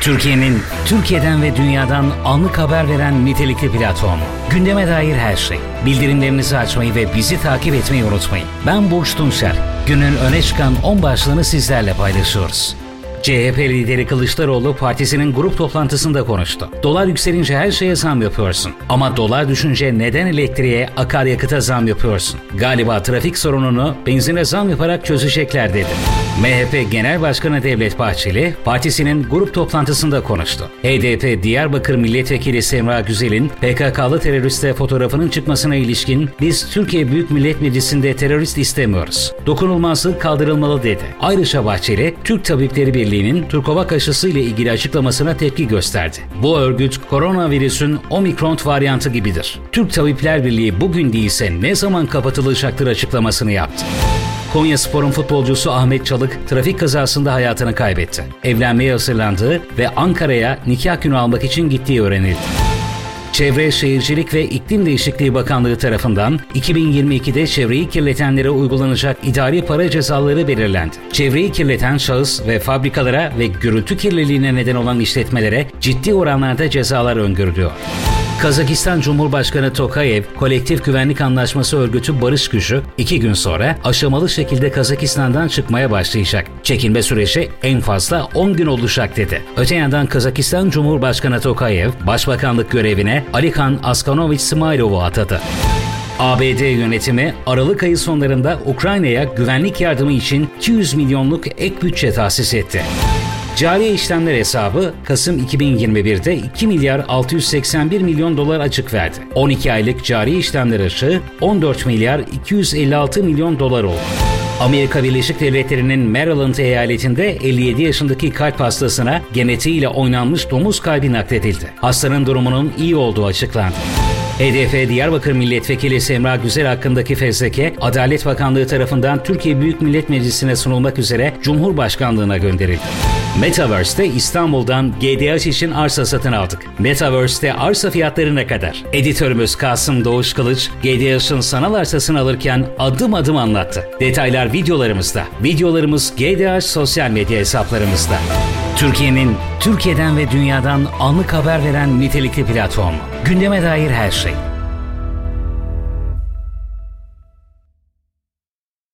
Türkiye'den ve dünyadan anlık haber veren nitelikli platform. Gündeme dair her şey. Bildirimlerinizi açmayı ve bizi takip etmeyi unutmayın. Ben Burç Tunçer. Günün öne çıkan 10 başlığını sizlerle paylaşıyoruz. CHP lideri Kılıçdaroğlu partisinin grup toplantısında konuştu. Dolar yükselince her şeye zam yapıyorsun. Ama dolar düşünce neden elektriğe, akaryakıta zam yapıyorsun? Galiba trafik sorununu benzine zam yaparak çözecekler dedi. MHP Genel Başkanı Devlet Bahçeli, partisinin grup toplantısında konuştu. HDP Diyarbakır Milletvekili Semra Güzel'in PKK'lı teröriste fotoğrafının çıkmasına ilişkin biz Türkiye Büyük Millet Meclisi'nde terörist istemiyoruz. Dokunulmazlık kaldırılmalı dedi. Ayrıca Bahçeli, Türk Tabipleri Birliği'nin Turkova aşısı ile ilgili açıklamasına tepki gösterdi. Bu örgüt koronavirüsün Omikron varyantı gibidir. Türk Tabipler Birliği bugün değilse ne zaman kapatılacaktır açıklamasını yaptı. Konyaspor'un futbolcusu Ahmet Çalık trafik kazasında hayatını kaybetti. Evlenmeye hazırlandığı ve Ankara'ya nikah günü almak için gittiği öğrenildi. Çevre, Şehircilik ve İklim Değişikliği Bakanlığı tarafından 2022'de çevreyi kirletenlere uygulanacak idari para cezaları belirlendi. Çevreyi kirleten şahıs ve fabrikalara ve gürültü kirliliğine neden olan işletmelere ciddi oranlarda cezalar öngörülüyor. Kazakistan Cumhurbaşkanı Tokayev, Kolektif Güvenlik Anlaşması Örgütü Barış Gücü 2 gün sonra aşamalı şekilde Kazakistan'dan çıkmaya başlayacak. Çekilme süreci en fazla 10 gün olacak dedi. Öte yandan Kazakistan Cumhurbaşkanı Tokayev, Başbakanlık görevine Alikan Askanoviç Smailov'u atadı. ABD yönetimi Aralık ayı sonlarında Ukrayna'ya güvenlik yardımı için 200 milyonluk ek bütçe tahsis etti. Cari işlemler hesabı Kasım 2021'de 2 milyar 681 milyon dolar açık verdi. 12 aylık cari işlemler açığı 14 milyar 256 milyon dolar oldu. Amerika Birleşik Devletleri'nin Maryland eyaletinde 57 yaşındaki kalp hastasına genetiğiyle oynanmış domuz kalbi nakledildi. Hastanın durumunun iyi olduğu açıklandı. HDP Diyarbakır Milletvekili Semra Güzel hakkındaki fezleke, Adalet Bakanlığı tarafından Türkiye Büyük Millet Meclisi'ne sunulmak üzere Cumhurbaşkanlığına gönderildi. Metaverse'te İstanbul'dan GDH için arsa satın aldık. Metaverse'te arsa fiyatları ne kadar? Editörümüz Kasım Doğuş Kılıç, GDH'ın sanal arsasını alırken adım adım anlattı. Detaylar videolarımızda. Videolarımız GDH sosyal medya hesaplarımızda. Türkiye'den ve dünyadan anlık haber veren nitelikli platform. Gündeme dair her şey.